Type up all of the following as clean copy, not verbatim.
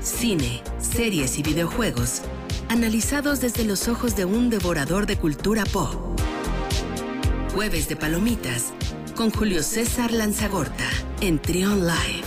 cine, series y videojuegos, analizados desde los ojos de un devorador de cultura pop. Jueves de Palomitas, con Julio César Lanzagorta, en Trion Live.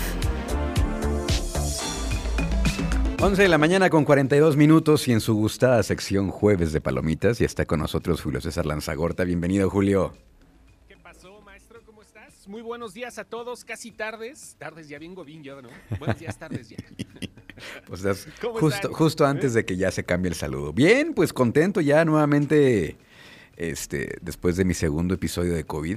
11 de la mañana con 42 minutos y en su gustada sección Jueves de Palomitas ya está con nosotros Julio César Lanzagorta. Bienvenido, Julio. ¿Qué pasó, maestro? ¿Cómo estás? Muy buenos días a todos, casi tardes. Tardes ya bien godín yo, ¿no? Buenos días, tardes ya. Pues justo antes de que ya se cambie el saludo. Bien, pues contento ya nuevamente, después de mi segundo episodio de COVID.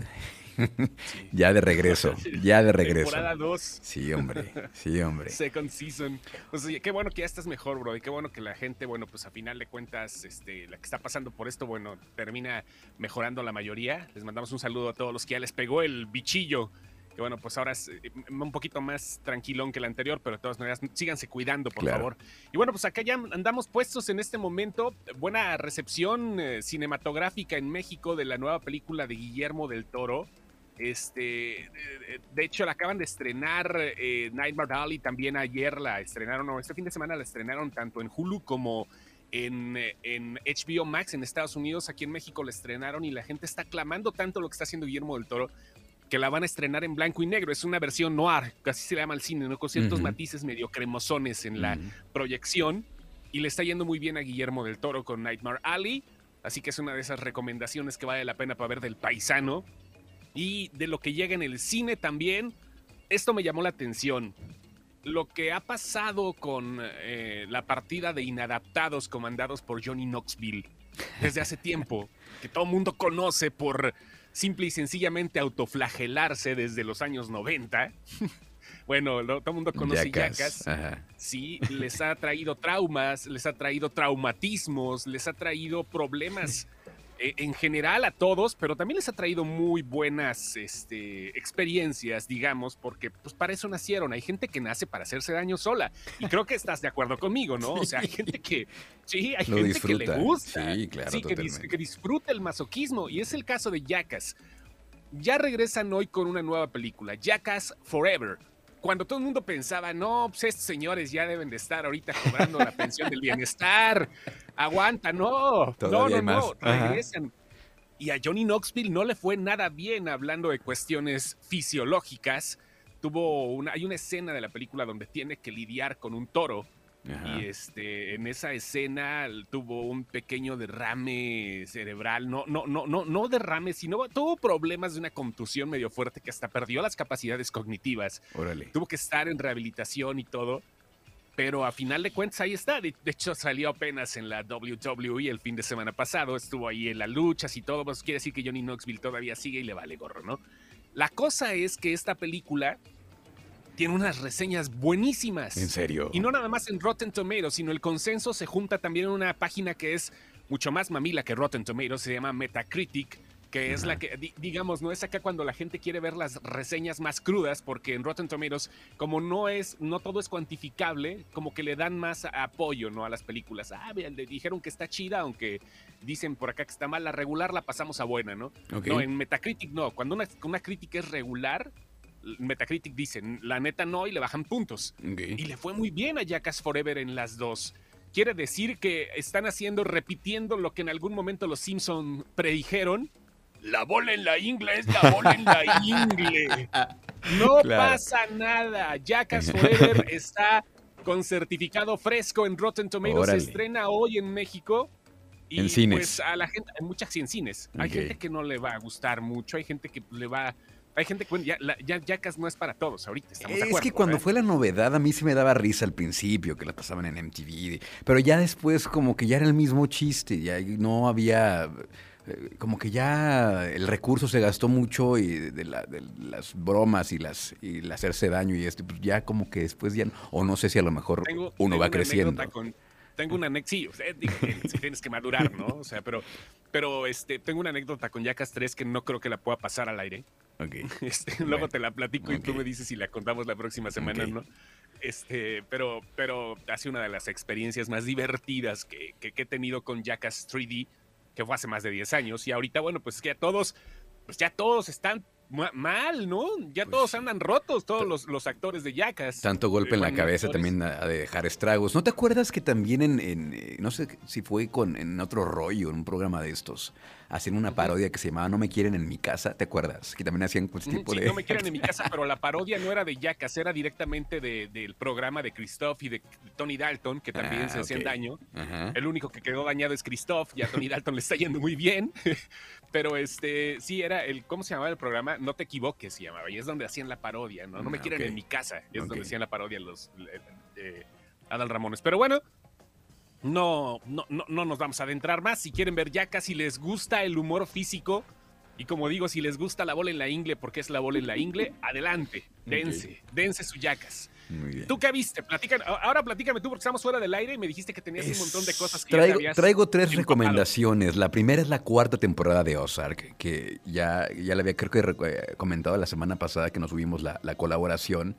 Sí. Ya de regreso. Temporada 2. Sí, hombre. Second season. Pues oye, qué bueno que ya estás mejor, bro. Y qué bueno que la gente, bueno, pues a final de cuentas, la que está pasando por esto, bueno, termina mejorando la mayoría. Les mandamos un saludo a todos los que ya les pegó el bichillo. Que bueno, pues ahora es un poquito más tranquilón que el anterior, pero de todas maneras, síganse cuidando, por favor. Y bueno, pues acá ya andamos puestos en este momento. Buena recepción cinematográfica en México de la nueva película de Guillermo del Toro. De hecho, la acaban de estrenar Nightmare Alley, también ayer la estrenaron, este fin de semana la estrenaron tanto en Hulu como en HBO Max en Estados Unidos. Aquí en México la estrenaron y la gente está aclamando tanto lo que está haciendo Guillermo del Toro que la van a estrenar en blanco y negro. Es una versión noir, casi se llama el cine, ¿no? Con ciertos matices medio cremosones en la proyección, y le está yendo muy bien a Guillermo del Toro con Nightmare Alley, así que es una de esas recomendaciones que vale la pena para ver del paisano. Y de lo que llega en el cine también, esto me llamó la atención. Lo que ha pasado con la partida de Inadaptados comandados por Johnny Knoxville desde hace tiempo, que todo el mundo conoce por simple y sencillamente autoflagelarse desde los años 90. Bueno, todo el mundo conoce Jackass. Sí, les ha traído traumas, les ha traído traumatismos, les ha traído problemas en general a todos, pero también les ha traído muy buenas experiencias, digamos, porque pues para eso nacieron. Hay gente que nace para hacerse daño sola, y creo que estás de acuerdo conmigo, ¿no? O sea, hay gente que sí, hay gente que le gusta, sí, claro, sí, que disfruta el masoquismo, y es el caso de Jackass. Ya regresan hoy con una nueva película, Jackass Forever. Cuando todo el mundo pensaba, no, pues estos señores ya deben de estar ahorita cobrando la pensión del bienestar. Aguanta, no, regresan. Y a Johnny Knoxville no le fue nada bien hablando de cuestiones fisiológicas. Hay una escena de la película donde tiene que lidiar con un toro. Ajá. Y en esa escena tuvo un pequeño derrame cerebral, no derrame, sino tuvo problemas de una contusión medio fuerte que hasta perdió las capacidades cognitivas. Órale. Tuvo que estar en rehabilitación y todo, pero a final de cuentas ahí está. De hecho salió apenas en la WWE el fin de semana pasado, estuvo ahí en las luchas y todo, pues quiere decir que Johnny Knoxville todavía sigue y le vale gorro, ¿no? La cosa es que esta película tiene unas reseñas buenísimas. ¿En serio? Y no nada más en Rotten Tomatoes, sino el consenso se junta también en una página que es mucho más mamila que Rotten Tomatoes, se llama Metacritic, que es la que, digamos, no es acá cuando la gente quiere ver las reseñas más crudas, porque en Rotten Tomatoes, como no todo es cuantificable, como que le dan más apoyo, ¿no?, a las películas. Le dijeron que está chida, aunque dicen por acá que está mal, la regular la pasamos a buena, ¿no? Okay. No, en Metacritic no. Cuando una crítica es regular, Metacritic dicen, la neta no, y le bajan puntos. Okay. Y le fue muy bien a Jackass Forever en las dos. Quiere decir que están repitiendo lo que en algún momento los Simpson predijeron. La bola en la ingle es la bola en la ingle. No pasa nada. Jackass Forever está con certificado fresco en Rotten Tomatoes. Órale. Se estrena hoy en México. Y en cines. Pues a la gente, hay muchas en cines. Hay gente que no le va a gustar mucho, hay gente que le va... Hay gente que, bueno, ya Jackass no es para todos ahorita, estamos de acuerdo. Es que cuando fue la novedad, a mí sí me daba risa al principio, que la pasaban en MTV, pero ya después como que ya era el mismo chiste, ya no había... Como que ya el recurso se gastó mucho y de las bromas y el hacerse daño y pues ya como que después ya... O no sé si a lo mejor uno va creciendo. Tengo una anécdota, sí, digo, tienes que madurar, ¿no? O sea, pero tengo una anécdota con Jackass 3 que no creo que la pueda pasar al aire. Okay. Luego te la platico y tú me dices si la contamos la próxima semana, ¿no? Pero ha sido una de las experiencias más divertidas que he tenido con Jackass 3D, que fue hace más de 10 años. Y ahorita, bueno, pues que ya todos están mal, ¿no? Ya todos andan rotos, todos los actores de Jackass. Tanto golpe en la cabeza actores. también ha de dejar estragos. ¿No te acuerdas que también no sé si fue en otro rollo, en un programa de estos, hacían una parodia que se llamaba No me quieren en mi casa? ¿Te acuerdas? Que también hacían pues, tipo Sí, de... No me quieren en mi casa, pero la parodia no era de Jackass, era directamente del programa de Christoph y de Tony Dalton, que también se hacían ok. daño. Ajá. El único que quedó dañado es Christoph, y a Tony Dalton le está yendo muy bien. Pero sí, era ¿cómo se llamaba el programa? No te equivoques, se llamaba, y es donde hacían la parodia, ¿no? No me quieren ok. en mi casa, es Ok. donde hacían la parodia los Adal Ramones. Pero bueno, no nos vamos a adentrar más. Si quieren ver Jackass, si les gusta el humor físico, y como digo, si les gusta la bola en la ingle, porque es la bola en la ingle, adelante, dense su Jackass. Muy bien. ¿Tú qué viste? Ahora platícame tú, porque estamos fuera del aire y me dijiste que tenías un montón de cosas que ya te habías Traigo 3 empapado. recomendaciones. La primera es la 4ª temporada de Ozark, que ya le había creo que comentado la semana pasada que nos subimos la colaboración.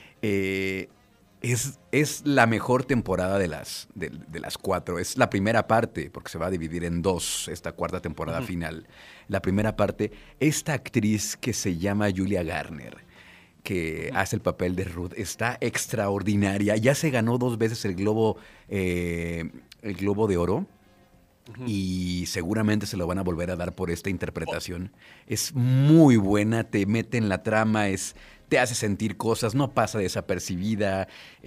Es la mejor temporada de las 4. Es la primera parte, porque se va a dividir en 2 esta 4ª temporada final. La primera parte, esta actriz que se llama Julia Garner, que hace el papel de Ruth, está extraordinaria. Ya se ganó 2 veces el Globo de Oro. Y seguramente se lo van a volver a dar por esta interpretación. Es muy buena, te mete en la trama, te hace sentir cosas, no pasa desapercibida.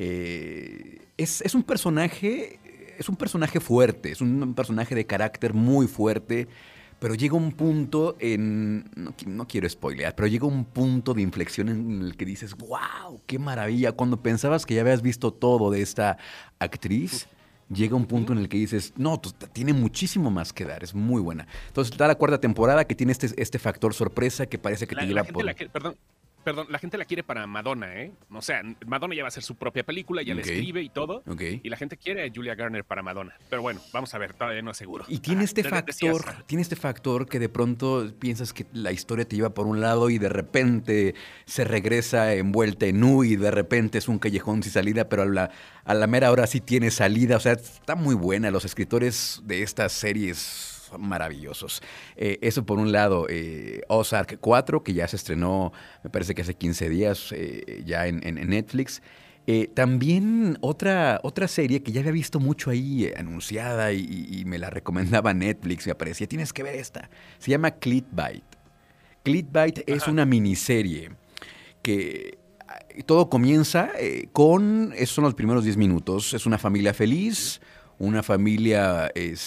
Es un personaje fuerte, es un personaje de carácter muy fuerte. Pero llega un punto no quiero spoilear, pero llega un punto de inflexión en el que dices, wow, qué maravilla. Cuando pensabas que ya habías visto todo de esta actriz, llega un punto en el que dices, no, tiene muchísimo más que dar, es muy buena. Entonces está la 4ª temporada que tiene este factor sorpresa que parece que te lleva por... Perdón, la gente la quiere para Madonna, ¿eh? O sea, Madonna ya va a hacer su propia película, ya la escribe y todo. Y la gente quiere a Julia Garner para Madonna. Pero bueno, vamos a ver, todavía no es seguro. Y tiene este factor que de pronto piensas que la historia te lleva por un lado y de repente se regresa envuelta en U y de repente es un callejón sin salida, pero a la mera hora sí tiene salida. O sea, está muy buena. Los escritores de estas series son maravillosos. Eso por un lado. Ozark 4, que ya se estrenó, me parece que hace 15 días, ya en Netflix. También otra serie que ya había visto mucho ahí anunciada y me la recomendaba Netflix, me aparecía, tienes que ver esta. Se llama Clickbait. Clickbait es una miniserie que todo comienza esos son los primeros 10 minutos. Es una familia feliz, una familia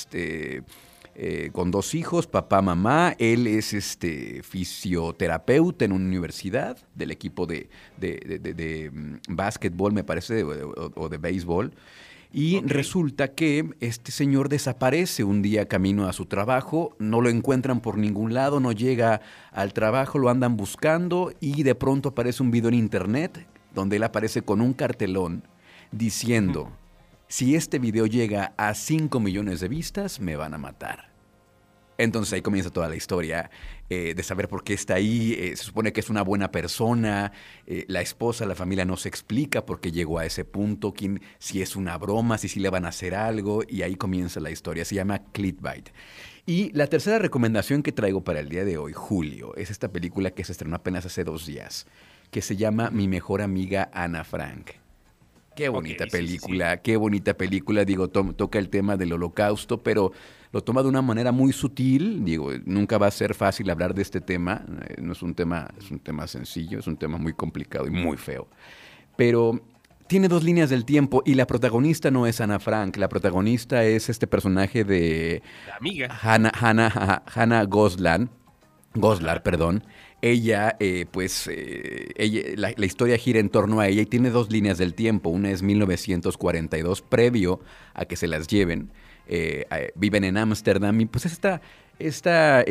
con 2 hijos, papá, mamá. Él es fisioterapeuta en una universidad del equipo de básquetbol, me parece, o de béisbol. Y resulta que este señor desaparece un día camino a su trabajo, no lo encuentran por ningún lado, no llega al trabajo, lo andan buscando y de pronto aparece un video en internet donde él aparece con un cartelón diciendo... Si este video llega a 5 millones de vistas, me van a matar. Entonces ahí comienza toda la historia de saber por qué está ahí. Se supone que es una buena persona. La esposa, la familia no se explica por qué llegó a ese punto. Si es una broma, si le van a hacer algo. Y ahí comienza la historia. Se llama Clickbait. Y la tercera recomendación que traigo para el día de hoy, Julio, es esta película que se estrenó apenas hace 2 días, que se llama Mi mejor amiga Ana Frank. Qué bonita película, qué bonita película. Digo, toca el tema del holocausto, pero lo toma de una manera muy sutil. Digo, nunca va a ser fácil hablar de este tema. No es un tema sencillo, es un tema muy complicado y muy feo. Pero tiene 2 líneas del tiempo y la protagonista no es Ana Frank. La protagonista es este personaje de... La amiga. Hannah Goslar, perdón. Ella, la historia gira en torno a ella y tiene 2 líneas del tiempo. Una es 1942, previo a que se las lleven. Viven en Ámsterdam y pues esta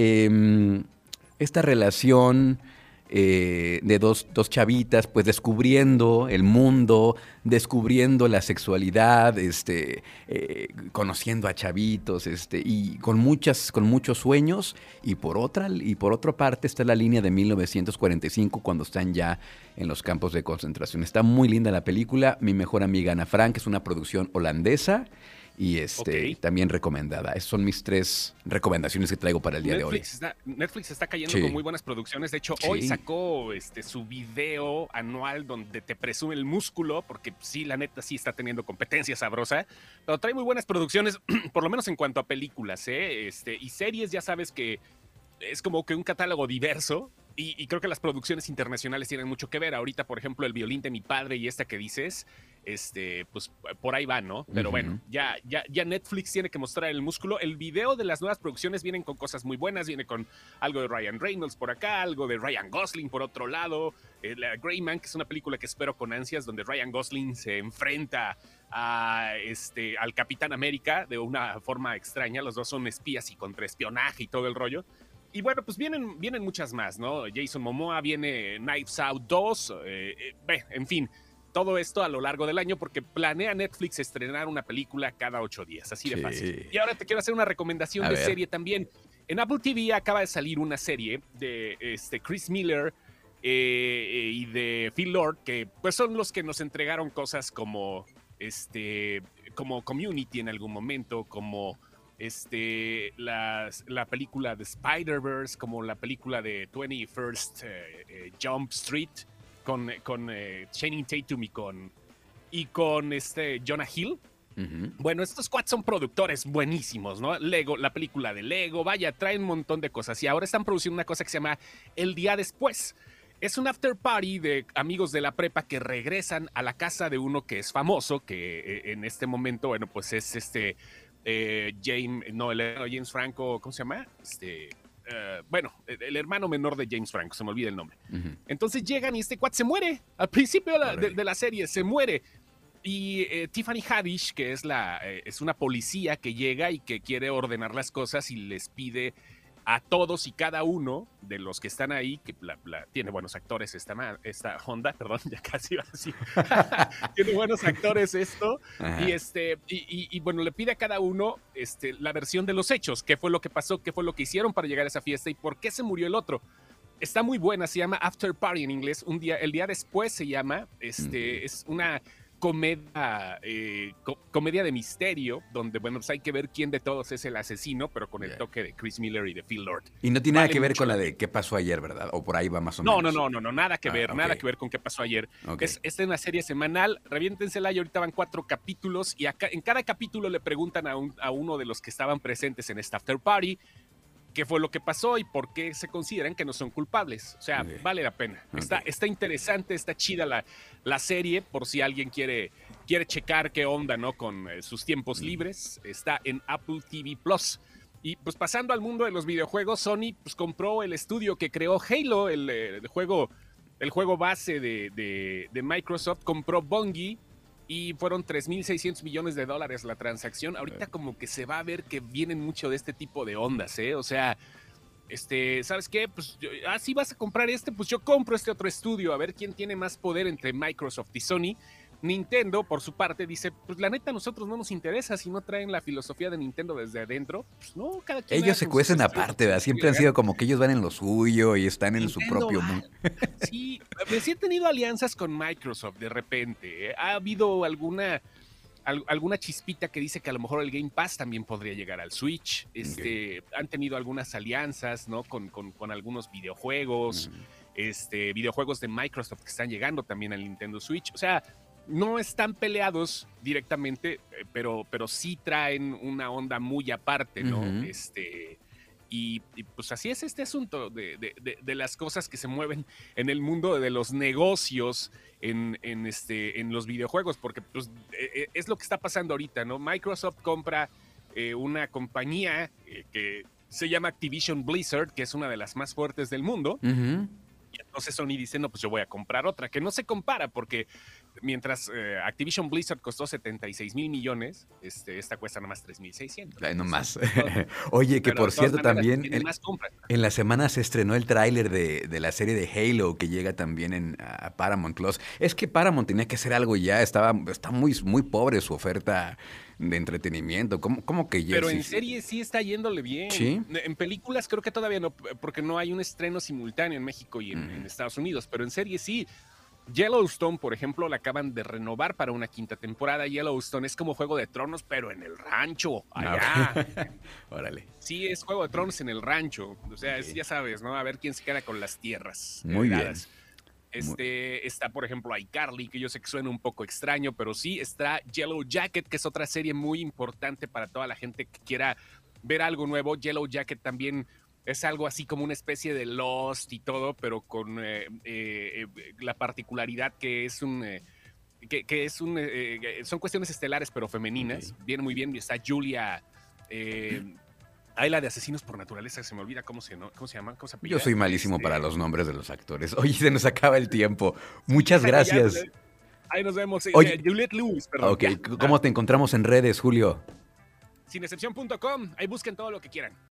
relación de dos chavitas, pues descubriendo el mundo, descubriendo la sexualidad, conociendo a chavitos, y con muchos sueños. Y por otra parte está la línea de 1945, cuando están ya en los campos de concentración. Está muy linda la película. Mi mejor amiga Ana Frank es una producción holandesa. y también recomendada. Esas son mis 3 recomendaciones que traigo para el día de hoy. Netflix está cayendo con muy buenas producciones. De hecho, hoy sacó su video anual donde te presume el músculo, porque sí, la neta sí está teniendo competencia sabrosa, pero trae muy buenas producciones, por lo menos en cuanto a películas, y series. Ya sabes que es como que un catálogo diverso. Y creo que las producciones internacionales tienen mucho que ver. Ahorita, por ejemplo, El violín de mi padre y esta que dices, pues por ahí va, ¿no? Pero bueno, ya Netflix tiene que mostrar el músculo. El video de las nuevas producciones vienen con cosas muy buenas. Viene con algo de Ryan Reynolds por acá, algo de Ryan Gosling por otro lado. La Gray Man, que es una película que espero con ansias, donde Ryan Gosling se enfrenta al Capitán América de una forma extraña. Los dos son espías y contraespionaje y todo el rollo. Y bueno, pues vienen muchas más, ¿no? Jason Momoa, viene Knives Out 2, en fin, todo esto a lo largo del año porque planea Netflix estrenar una película cada 8 días, así de fácil. Y ahora te quiero hacer una recomendación de serie también. En Apple TV acaba de salir una serie de Chris Miller y de Phil Lord, que pues son los que nos entregaron cosas como Community en algún momento, como la película de Spider-Verse, como la película de 21st Jump Street con Channing Tatum y con Jonah Hill. Bueno, estos cuates son productores buenísimos, ¿no? Lego, la película de Lego, vaya, traen un montón de cosas. Y ahora están produciendo una cosa que se llama El Día Después. Es un after party de amigos de la prepa que regresan a la casa de uno que es famoso, que en este momento, bueno, pues es James Franco, ¿cómo se llama? El hermano menor de James Franco, se me olvida el nombre. Entonces llegan y este cuate se muere. Al principio de la serie se muere. Y Tiffany Haddish, que es una policía que llega y que quiere ordenar las cosas y les pide a todos y cada uno de los que están ahí, que tiene buenos actores esta Honda, perdón, ya casi iba así. Tiene buenos actores esto. Y bueno, le pide a cada uno la versión de los hechos, qué fue lo que pasó, qué fue lo que hicieron para llegar a esa fiesta y por qué se murió el otro. Está muy buena, se llama After Party en inglés, el día después se llama, es una comedia de misterio, donde, bueno, pues hay que ver quién de todos es el asesino, pero con el toque de Chris Miller y de Phil Lord. Y no tiene nada que ver con la de qué pasó ayer, ¿verdad? O por ahí va más o menos. No, nada que ver, nada que ver con qué pasó ayer. Esta es una serie semanal, reviéntensela, y ahorita van 4 capítulos, y en cada capítulo le preguntan a uno de los que estaban presentes en esta after party qué fue lo que pasó y por qué se consideran que no son culpables. O sea, vale la pena. Está interesante, está chida la serie, por si alguien quiere checar qué onda, ¿no? Con sus tiempos libres. Está en Apple TV Plus. Y pues pasando al mundo de los videojuegos, Sony pues compró el estudio que creó Halo, el juego base de Microsoft. Compró Bungie y fueron $3,600 millones la transacción. Ahorita como que se va a ver que vienen mucho de este tipo de ondas, ¿eh? O sea, ¿sabes qué? Pues, si vas a comprar pues yo compro este otro estudio, a ver quién tiene más poder entre Microsoft y Sony. Nintendo, por su parte, dice, pues la neta a nosotros no nos interesa si no traen la filosofía de Nintendo desde adentro. Pues no, cada quien... Ellos se cuecen aparte, ¿verdad? Siempre han sido como que ellos van en lo suyo y están en su propio mundo. Sí, sí he tenido alianzas con Microsoft de repente. Ha habido alguna chispita que dice que a lo mejor el Game Pass también podría llegar al Switch. Han tenido algunas alianzas, ¿no? Con algunos videojuegos, videojuegos de Microsoft que están llegando también al Nintendo Switch. O sea, no están peleados directamente, pero sí traen una onda muy aparte, ¿no? Y pues así es este asunto de las cosas que se mueven en el mundo de los negocios en los videojuegos, porque pues, es lo que está pasando ahorita, ¿no? Microsoft compra una compañía que se llama Activision Blizzard, que es una de las más fuertes del mundo. Y entonces Sony dice, no, pues yo voy a comprar otra, que no se compara, porque mientras Activision Blizzard costó $76,000 millones, esta cuesta nada más 3,600. Ay, no más. Oye, que por cierto también en la semana se estrenó el tráiler de la serie de Halo, que llega también a Paramount Plus. Es que Paramount tenía que hacer algo ya, está muy, muy pobre su oferta de entretenimiento. ¿Cómo que ya? Pero en series sí está yéndole bien. ¿Sí? En películas creo que todavía no, porque no hay un estreno simultáneo en México y en Estados Unidos, pero en series sí. Yellowstone, por ejemplo, la acaban de renovar para una 5ª temporada. Yellowstone es como Juego de Tronos, pero en el rancho, allá. Órale. Sí, es Juego de Tronos en el rancho. O sea, Ok. ya sabes, ¿no? A ver quién se queda con las tierras Muy bien. heredadas. Está, por ejemplo, iCarly, que yo sé que suena un poco extraño, pero sí está Yellow Jacket, que es otra serie muy importante para toda la gente que quiera ver algo nuevo. Yellow Jacket también es algo así como una especie de Lost y todo, pero con la particularidad que es son cuestiones estelares, pero femeninas. Ok. Viene muy bien. Está Julia. Hay la de Asesinos por Naturaleza, se me olvida cómo se llama, cómo se apellida. Yo soy malísimo para los nombres de los actores. Oye, se nos acaba el tiempo. Muchas gracias. Ahí nos vemos. Oye. Juliette Lewis, perdón. Ok, ¿cómo te encontramos en redes, Julio? Sinexcepción.com, ahí busquen todo lo que quieran.